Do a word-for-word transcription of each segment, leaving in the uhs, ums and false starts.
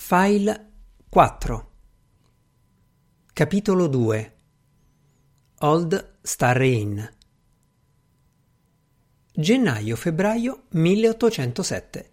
File quattro. Capitolo due. Old Starry Inn. Gennaio-febbraio milleottocentosette.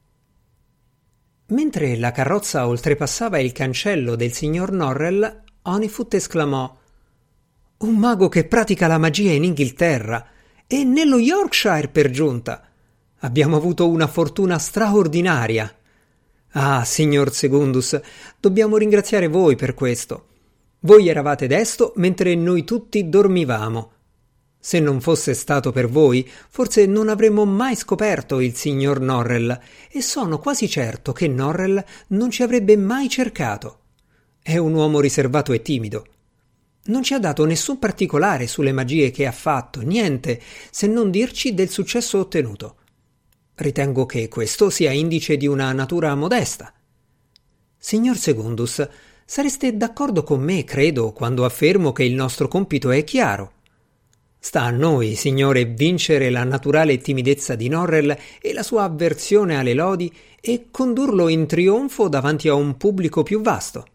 Mentre la carrozza oltrepassava il cancello del signor Norrell, Honeyfoot esclamò: «Un mago che pratica la magia in Inghilterra e nello Yorkshire per giunta! Abbiamo avuto una fortuna straordinaria!» «Ah, signor Secundus, dobbiamo ringraziare voi per questo. Voi eravate desto mentre noi tutti dormivamo. Se non fosse stato per voi, forse non avremmo mai scoperto il signor Norrell, e sono quasi certo che Norrell non ci avrebbe mai cercato. È un uomo riservato e timido. Non ci ha dato nessun particolare sulle magie che ha fatto, niente, se non dirci del successo ottenuto. Ritengo che questo sia indice di una natura modesta. Signor Secundus, sareste d'accordo con me, credo, quando affermo che il nostro compito è chiaro. Sta a noi, signore, vincere la naturale timidezza di Norrell e la sua avversione alle lodi e condurlo in trionfo davanti a un pubblico più vasto.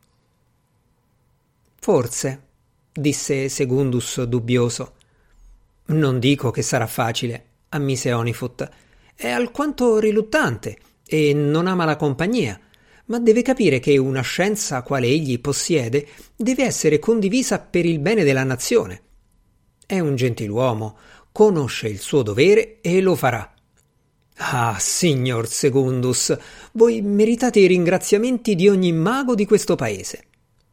Forse, disse Secundus dubbioso. Non dico che sarà facile, ammise Honeyfoot. È alquanto riluttante e non ama la compagnia, ma deve capire che una scienza quale egli possiede deve essere condivisa per il bene della nazione. È un gentiluomo, conosce il suo dovere e lo farà. Ah, signor Secundus, voi meritate i ringraziamenti di ogni mago di questo paese.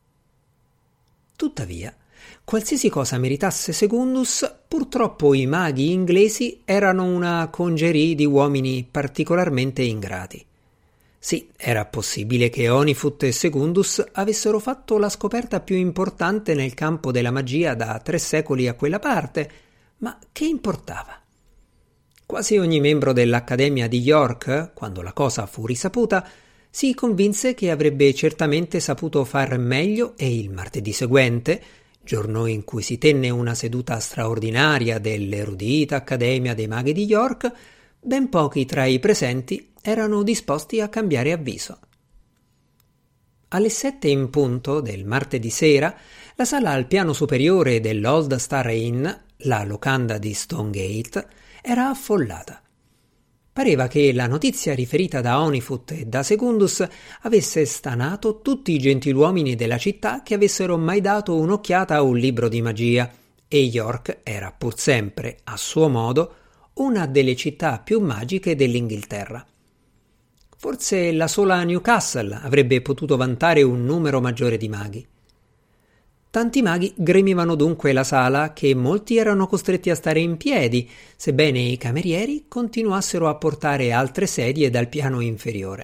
Tuttavia, qualsiasi cosa meritasse Secundus, purtroppo i maghi inglesi erano una congerie di uomini particolarmente ingrati. Sì, era possibile che Honeyfoot e Secundus avessero fatto la scoperta più importante nel campo della magia da tre secoli a quella parte, ma che importava? Quasi ogni membro dell'Accademia di York, quando la cosa fu risaputa, si convinse che avrebbe certamente saputo far meglio e il martedì seguente, giorno in cui si tenne una seduta straordinaria dell'erudita Accademia dei Maghi di York, ben pochi tra i presenti erano disposti a cambiare avviso. Alle sette in punto del martedì sera, la sala al piano superiore dell'Old Starry Inn, la locanda di Stonegate, era affollata. Pareva che la notizia riferita da Honeyfoot e da Secundus avesse stanato tutti i gentiluomini della città che avessero mai dato un'occhiata a un libro di magia, e York era pur sempre, a suo modo, una delle città più magiche dell'Inghilterra. Forse la sola Newcastle avrebbe potuto vantare un numero maggiore di maghi. Tanti maghi gremivano dunque la sala che molti erano costretti a stare in piedi, sebbene i camerieri continuassero a portare altre sedie dal piano inferiore.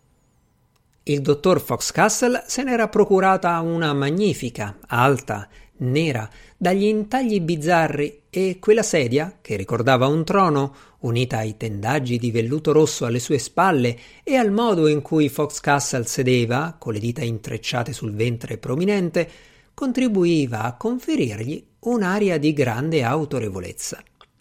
Il dottor Foxcastle se n'era procurata una magnifica, alta, nera, dagli intagli bizzarri, e quella sedia, che ricordava un trono, unita ai tendaggi di velluto rosso alle sue spalle e al modo in cui Foxcastle sedeva, con le dita intrecciate sul ventre prominente, contribuiva a conferirgli un'aria di grande autorevolezza.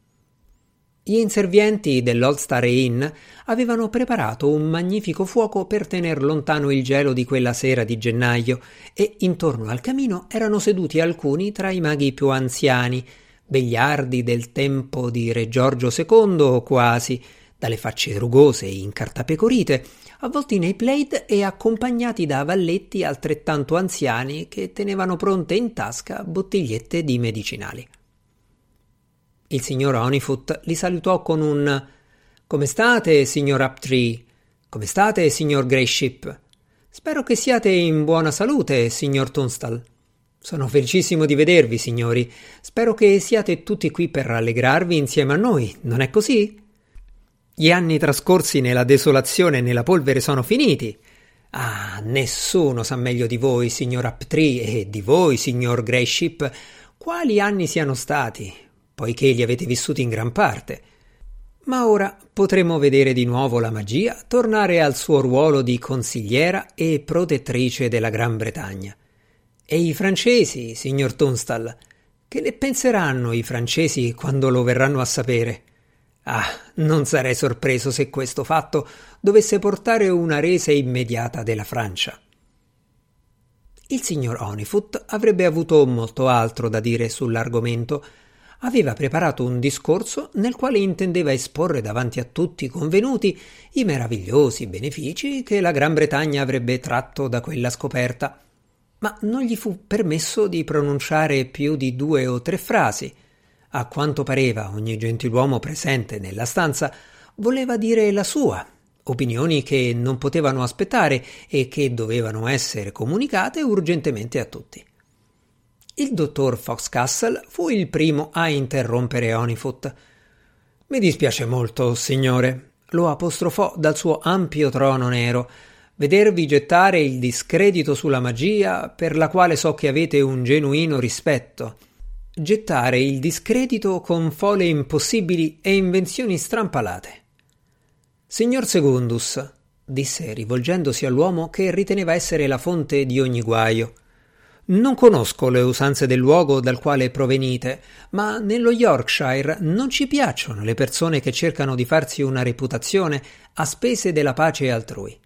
Gli inservienti dell'Old Starry Inn avevano preparato un magnifico fuoco per tener lontano il gelo di quella sera di gennaio, e intorno al camino erano seduti alcuni tra i maghi più anziani, vegliardi del tempo di Re Giorgio secondo o quasi, dalle facce rugose e incartapecorite, avvolti nei plaid e accompagnati da valletti altrettanto anziani che tenevano pronte in tasca bottigliette di medicinali. Il signor Honeyfoot li salutò con un «Come state, signor Aptree? Come state, signor Grayship? Spero che siate in buona salute, signor Tunstall. Sono felicissimo di vedervi, signori. Spero che siate tutti qui per rallegrarvi insieme a noi, non è così? Gli anni trascorsi nella desolazione e nella polvere sono finiti. Ah, nessuno sa meglio di voi, signor Aptree, e di voi, signor Grayship, quali anni siano stati, poiché li avete vissuti in gran parte. Ma ora potremo vedere di nuovo la magia tornare al suo ruolo di consigliera e protettrice della Gran Bretagna. E i francesi, signor Tunstall? Che ne penseranno i francesi quando lo verranno a sapere? Ah, non sarei sorpreso se questo fatto dovesse portare una resa immediata della Francia. Il signor Honeyfoot avrebbe avuto molto altro da dire sull'argomento. Aveva preparato un discorso nel quale intendeva esporre davanti a tutti i convenuti i meravigliosi benefici che la Gran Bretagna avrebbe tratto da quella scoperta, ma non gli fu permesso di pronunciare più di due o tre frasi. A quanto pareva, ogni gentiluomo presente nella stanza voleva dire la sua, opinioni che non potevano aspettare e che dovevano essere comunicate urgentemente a tutti. Il dottor Foxcastle fu il primo a interrompere Honeyfoot. «Mi dispiace molto, signore», lo apostrofò dal suo ampio trono nero, «vedervi gettare il discredito sulla magia per la quale so che avete un genuino rispetto. Gettare il discredito con fole impossibili e invenzioni strampalate». «Signor Secundus», disse rivolgendosi all'uomo che riteneva essere la fonte di ogni guaio, «non conosco le usanze del luogo dal quale provenite, ma nello Yorkshire non ci piacciono le persone che cercano di farsi una reputazione a spese della pace altrui».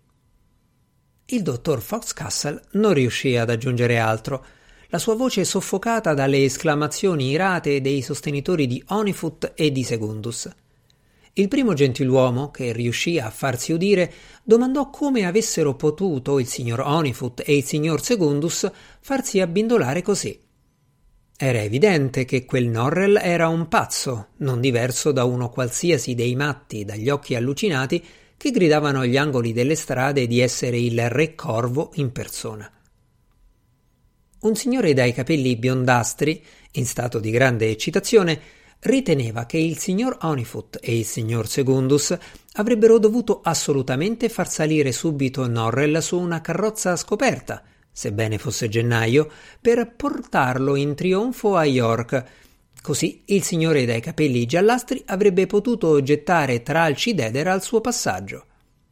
Il dottor Foxcastle non riuscì ad aggiungere altro. La sua voce soffocata dalle esclamazioni irate dei sostenitori di Honeyfoot e di Secundus. Il primo gentiluomo, che riuscì a farsi udire, domandò come avessero potuto il signor Honeyfoot e il signor Secundus farsi abbindolare così. Era evidente che quel Norrell era un pazzo, non diverso da uno qualsiasi dei matti dagli occhi allucinati che gridavano agli angoli delle strade di essere il re Corvo in persona. Un signore dai capelli biondastri, in stato di grande eccitazione, riteneva che il signor Honeyfoot e il signor Secundus avrebbero dovuto assolutamente far salire subito Norrell su una carrozza scoperta, sebbene fosse gennaio, per portarlo in trionfo a York. Così il signore dai capelli giallastri avrebbe potuto gettare tralci d'edera al suo passaggio.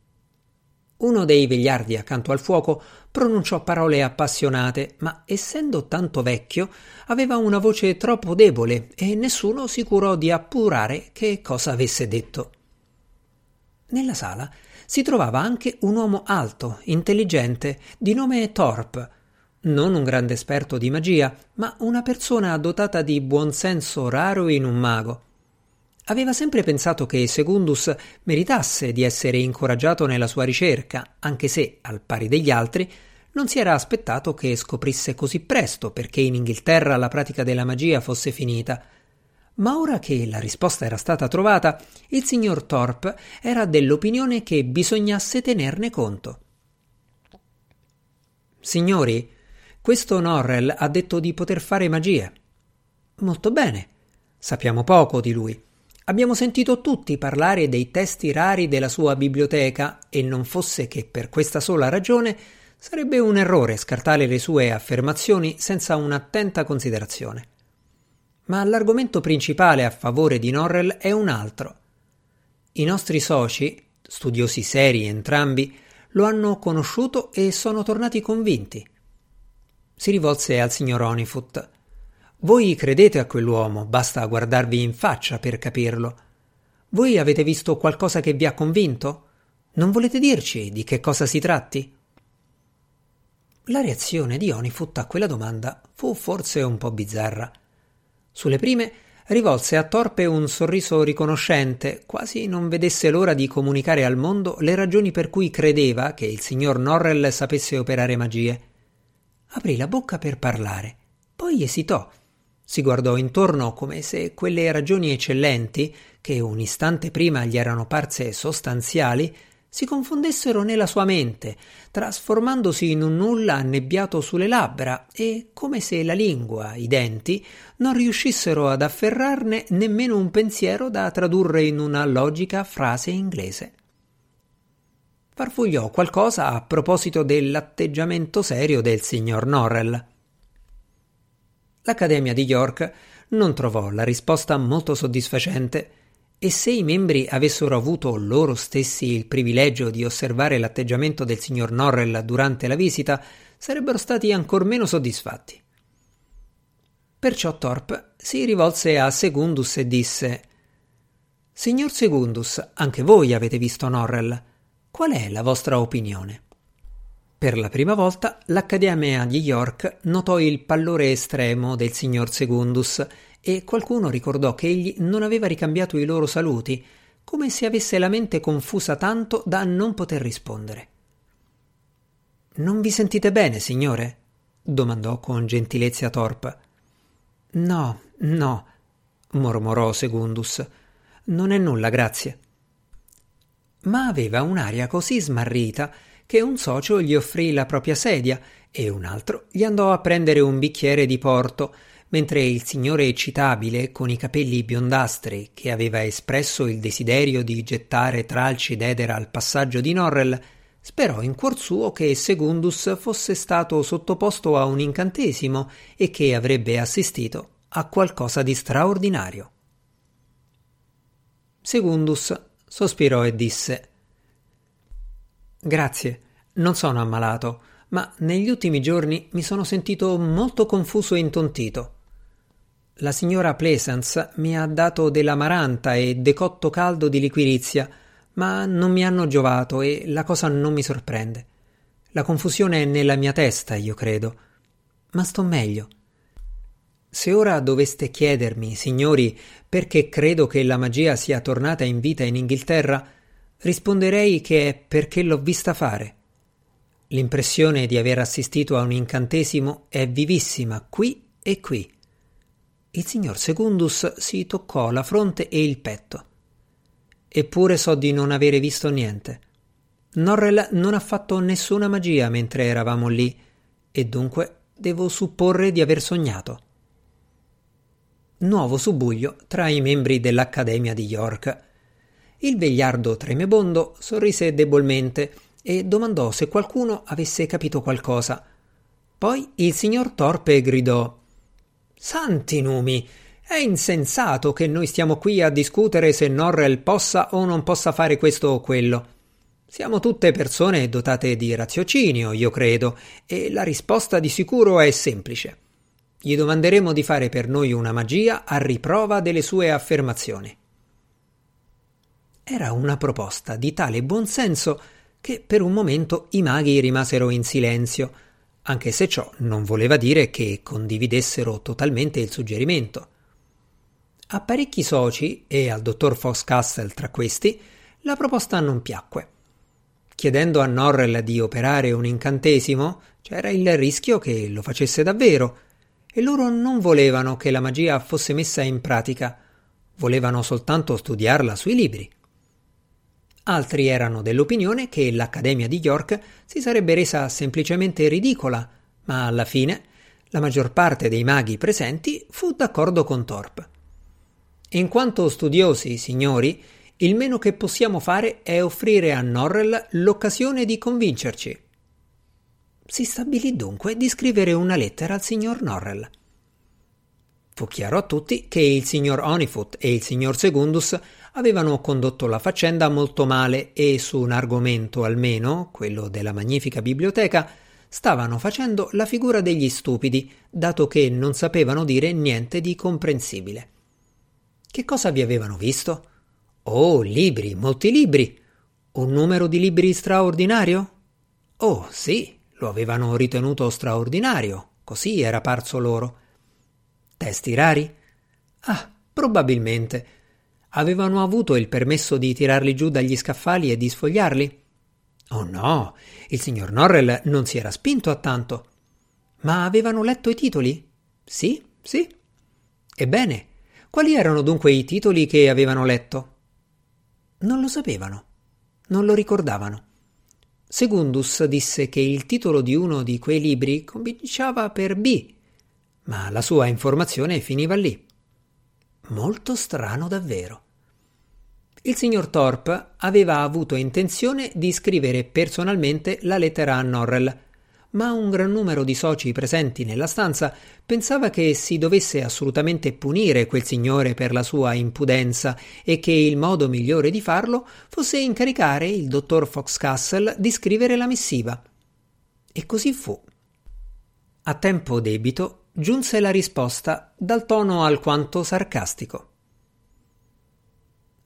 Uno dei vegliardi accanto al fuoco pronunciò parole appassionate, ma essendo tanto vecchio aveva una voce troppo debole e nessuno si curò di appurare che cosa avesse detto. Nella sala si trovava anche un uomo alto, intelligente, di nome Thorpe, non un grande esperto di magia, ma una persona dotata di buon senso raro in un mago. Aveva sempre pensato che Secundus meritasse di essere incoraggiato nella sua ricerca, anche se, al pari degli altri, non si era aspettato che scoprisse così presto perché in Inghilterra la pratica della magia fosse finita. Ma ora che la risposta era stata trovata, il signor Thorpe era dell'opinione che bisognasse tenerne conto. «Signori, questo Norrell ha detto di poter fare magie». «Molto bene. Sappiamo poco di lui. Abbiamo sentito tutti parlare dei testi rari della sua biblioteca e non fosse che per questa sola ragione sarebbe un errore scartare le sue affermazioni senza un'attenta considerazione. Ma l'argomento principale a favore di Norrell è un altro. I nostri soci, studiosi seri entrambi, lo hanno conosciuto e sono tornati convinti». Si rivolse al signor Honeyfoot. «Voi credete a quell'uomo, basta guardarvi in faccia per capirlo. Voi avete visto qualcosa che vi ha convinto? Non volete dirci di che cosa si tratti?» La reazione di Honeyfoot a quella domanda fu forse un po' bizzarra. Sulle prime rivolse a Thorpe un sorriso riconoscente, quasi non vedesse l'ora di comunicare al mondo le ragioni per cui credeva che il signor Norrell sapesse operare magie. Aprì la bocca per parlare, poi esitò. Si guardò intorno come se quelle ragioni eccellenti, che un istante prima gli erano parse sostanziali, si confondessero nella sua mente, trasformandosi in un nulla annebbiato sulle labbra e come se la lingua, i denti, non riuscissero ad afferrarne nemmeno un pensiero da tradurre in una logica frase inglese. Farfugliò qualcosa a proposito dell'atteggiamento serio del signor Norrell. L'Accademia di York non trovò la risposta molto soddisfacente e se i membri avessero avuto loro stessi il privilegio di osservare l'atteggiamento del signor Norrell durante la visita, sarebbero stati ancor meno soddisfatti. Perciò Thorpe si rivolse a Secundus e disse: Signor Secundus, anche voi avete visto Norrell. Qual è la vostra opinione? Per la prima volta l'Accademia di York notò il pallore estremo del signor Secundus e qualcuno ricordò che egli non aveva ricambiato i loro saluti, come se avesse la mente confusa tanto da non poter rispondere. «Non vi sentite bene, signore?» domandò con gentilezza Thorpe. «No, no», mormorò Secundus. «Non è nulla, grazie». Ma aveva un'aria così smarrita che un socio gli offrì la propria sedia e un altro gli andò a prendere un bicchiere di porto, mentre il signore eccitabile, con i capelli biondastri, che aveva espresso il desiderio di gettare tralci d'edera al passaggio di Norrell, sperò in cuor suo che Secundus fosse stato sottoposto a un incantesimo e che avrebbe assistito a qualcosa di straordinario. Secundus sospirò e disse: «Grazie, non sono ammalato, ma negli ultimi giorni mi sono sentito molto confuso e intontito. La signora Pleasance mi ha dato dell'amaranta e decotto caldo di liquirizia, ma non mi hanno giovato e la cosa non mi sorprende. La confusione è nella mia testa, io credo. Ma sto meglio. Se ora doveste chiedermi, signori, perché credo che la magia sia tornata in vita in Inghilterra, risponderei che è perché l'ho vista fare. L'impressione di aver assistito a un incantesimo è vivissima qui e qui». Il signor Secundus si toccò la fronte e il petto. «Eppure so di non avere visto niente. Norrell non ha fatto nessuna magia mentre eravamo lì, e dunque devo supporre di aver sognato». Nuovo subbuglio tra i membri dell'Accademia di York. Il vegliardo tremebondo sorrise debolmente e domandò se qualcuno avesse capito qualcosa. Poi il signor Thorpe gridò: «Santi numi! È insensato che noi stiamo qui a discutere se Norrell possa o non possa fare questo o quello. Siamo tutte persone dotate di raziocinio, io credo, e la risposta di sicuro è semplice. Gli domanderemo di fare per noi una magia a riprova delle sue affermazioni». Era una proposta di tale buonsenso che per un momento i maghi rimasero in silenzio, anche se ciò non voleva dire che condividessero totalmente il suggerimento. A parecchi soci, e al dottor Foxcastle tra questi, la proposta non piacque. Chiedendo a Norrell di operare un incantesimo, c'era il rischio che lo facesse davvero, e loro non volevano che la magia fosse messa in pratica, volevano soltanto studiarla sui libri. Altri erano dell'opinione che l'Accademia di York si sarebbe resa semplicemente ridicola, ma alla fine la maggior parte dei maghi presenti fu d'accordo con Thorpe. «In quanto studiosi, signori, il meno che possiamo fare è offrire a Norrell l'occasione di convincerci». Si stabilì dunque di scrivere una lettera al signor Norrell. Fu chiaro a tutti che il signor Honeyfoot e il signor Secundus avevano condotto la faccenda molto male e su un argomento almeno, quello della magnifica biblioteca, stavano facendo la figura degli stupidi, dato che non sapevano dire niente di comprensibile. Che cosa vi avevano visto? Oh, libri, molti libri. Un numero di libri straordinario? Oh, sì, lo avevano ritenuto straordinario, così era parso loro. Testi rari? Ah, probabilmente. Avevano avuto il permesso di tirarli giù dagli scaffali e di sfogliarli? Oh no, il signor Norrell non si era spinto a tanto. Ma avevano letto i titoli? Sì, sì. Ebbene, quali erano dunque i titoli che avevano letto? Non lo sapevano, non lo ricordavano. Secundus disse che il titolo di uno di quei libri cominciava per B, ma la sua informazione finiva lì. Molto strano davvero. Il signor Thorpe aveva avuto intenzione di scrivere personalmente la lettera a Norrell, ma un gran numero di soci presenti nella stanza pensava che si dovesse assolutamente punire quel signore per la sua impudenza e che il modo migliore di farlo fosse incaricare il dottor Foxcastle di scrivere la missiva. E così fu. A tempo debito giunse la risposta dal tono alquanto sarcastico.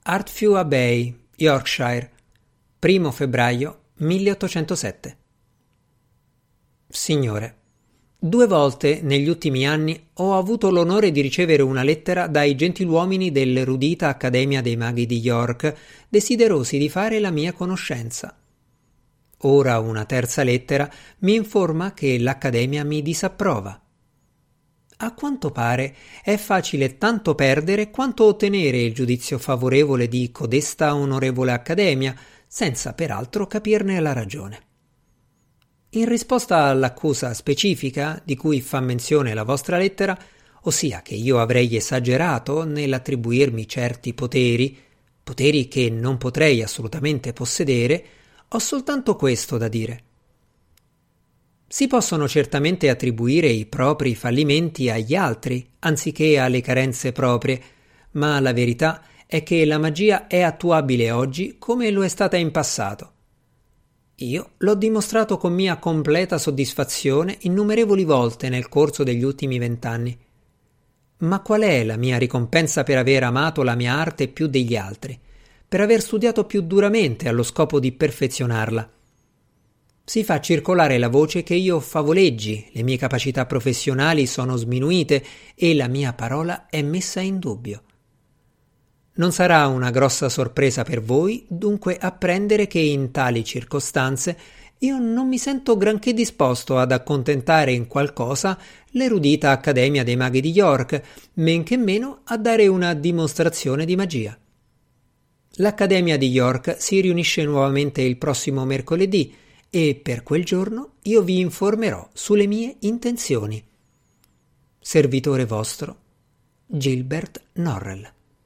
Artfew Abbey, Yorkshire, primo febbraio milleottocentosette. Signore, due volte negli ultimi anni ho avuto l'onore di ricevere una lettera dai gentiluomini dell'erudita Accademia dei Maghi di York, desiderosi di fare la mia conoscenza. Ora una terza lettera mi informa che l'Accademia mi disapprova. A quanto pare è facile tanto perdere quanto ottenere il giudizio favorevole di codesta onorevole Accademia, senza peraltro capirne la ragione. In risposta all'accusa specifica di cui fa menzione la vostra lettera, ossia che io avrei esagerato nell'attribuirmi certi poteri, poteri che non potrei assolutamente possedere, ho soltanto questo da dire. Si possono certamente attribuire i propri fallimenti agli altri, anziché alle carenze proprie, ma la verità è che la magia è attuabile oggi come lo è stata in passato. Io l'ho dimostrato con mia completa soddisfazione innumerevoli volte nel corso degli ultimi vent'anni. Ma qual è la mia ricompensa per aver amato la mia arte più degli altri, per aver studiato più duramente allo scopo di perfezionarla? Si fa circolare la voce che io favoleggi, le mie capacità professionali sono sminuite e la mia parola è messa in dubbio. Non sarà una grossa sorpresa per voi, dunque, apprendere che in tali circostanze io non mi sento granché disposto ad accontentare in qualcosa l'erudita Accademia dei Maghi di York, men che meno a dare una dimostrazione di magia. L'Accademia di York si riunisce nuovamente il prossimo mercoledì e per quel giorno io vi informerò sulle mie intenzioni. Servitore vostro, Gilbert Norrell.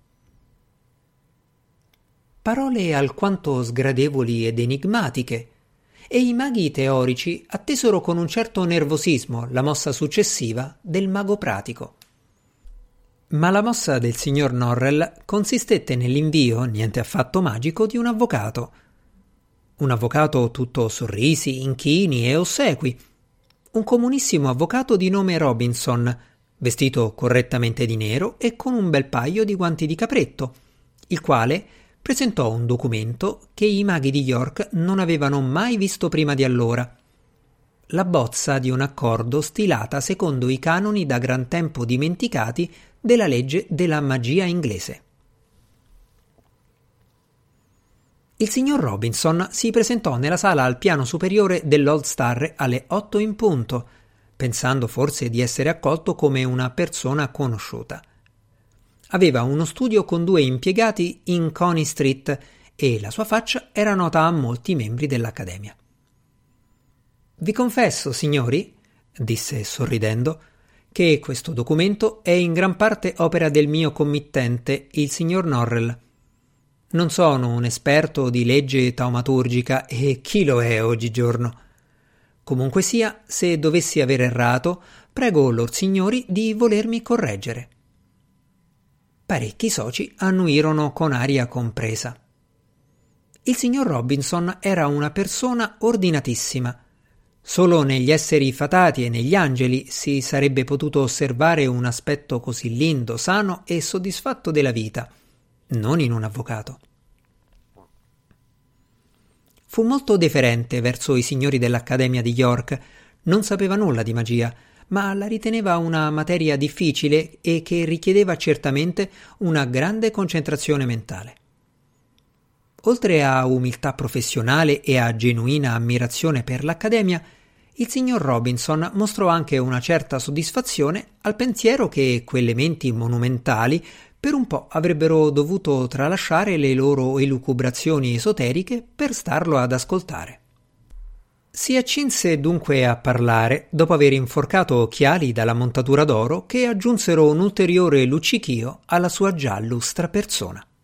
Parole alquanto sgradevoli ed enigmatiche, e i maghi teorici attesero con un certo nervosismo la mossa successiva del mago pratico. Ma la mossa del signor Norrell consistette nell'invio, niente affatto magico, di un avvocato. Un avvocato tutto sorrisi, inchini e ossequi. Un comunissimo avvocato di nome Robinson, vestito correttamente di nero e con un bel paio di guanti di capretto, il quale presentò un documento che i maghi di York non avevano mai visto prima di allora. La bozza di un accordo stilata secondo i canoni da gran tempo dimenticati della legge della magia inglese. Il signor Robinson si presentò nella sala al piano superiore dell'Old Star alle otto in punto, pensando forse di essere accolto come una persona conosciuta. Aveva uno studio con due impiegati in Coney Street e la sua faccia era nota a molti membri dell'Accademia. «Vi confesso, signori», disse sorridendo, «che questo documento è in gran parte opera del mio committente, il signor Norrell. Non sono un esperto di legge taumaturgica e chi lo è oggigiorno? Comunque sia, se dovessi aver errato, prego lor signori di volermi correggere». Parecchi soci annuirono con aria compresa. Il signor Robinson era una persona ordinatissima. Solo negli esseri fatati e negli angeli si sarebbe potuto osservare un aspetto così lindo, sano e soddisfatto della vita, non in un avvocato. Fu molto deferente verso i signori dell'Accademia di York, non sapeva nulla di magia, ma la riteneva una materia difficile e che richiedeva certamente una grande concentrazione mentale. Oltre a umiltà professionale e a genuina ammirazione per l'Accademia, il signor Robinson mostrò anche una certa soddisfazione al pensiero che quelle menti monumentali per un po' avrebbero dovuto tralasciare le loro elucubrazioni esoteriche per starlo ad ascoltare. Si accinse dunque a parlare dopo aver inforcato occhiali dalla montatura d'oro che aggiunsero un ulteriore luccichio alla sua già lustra persona.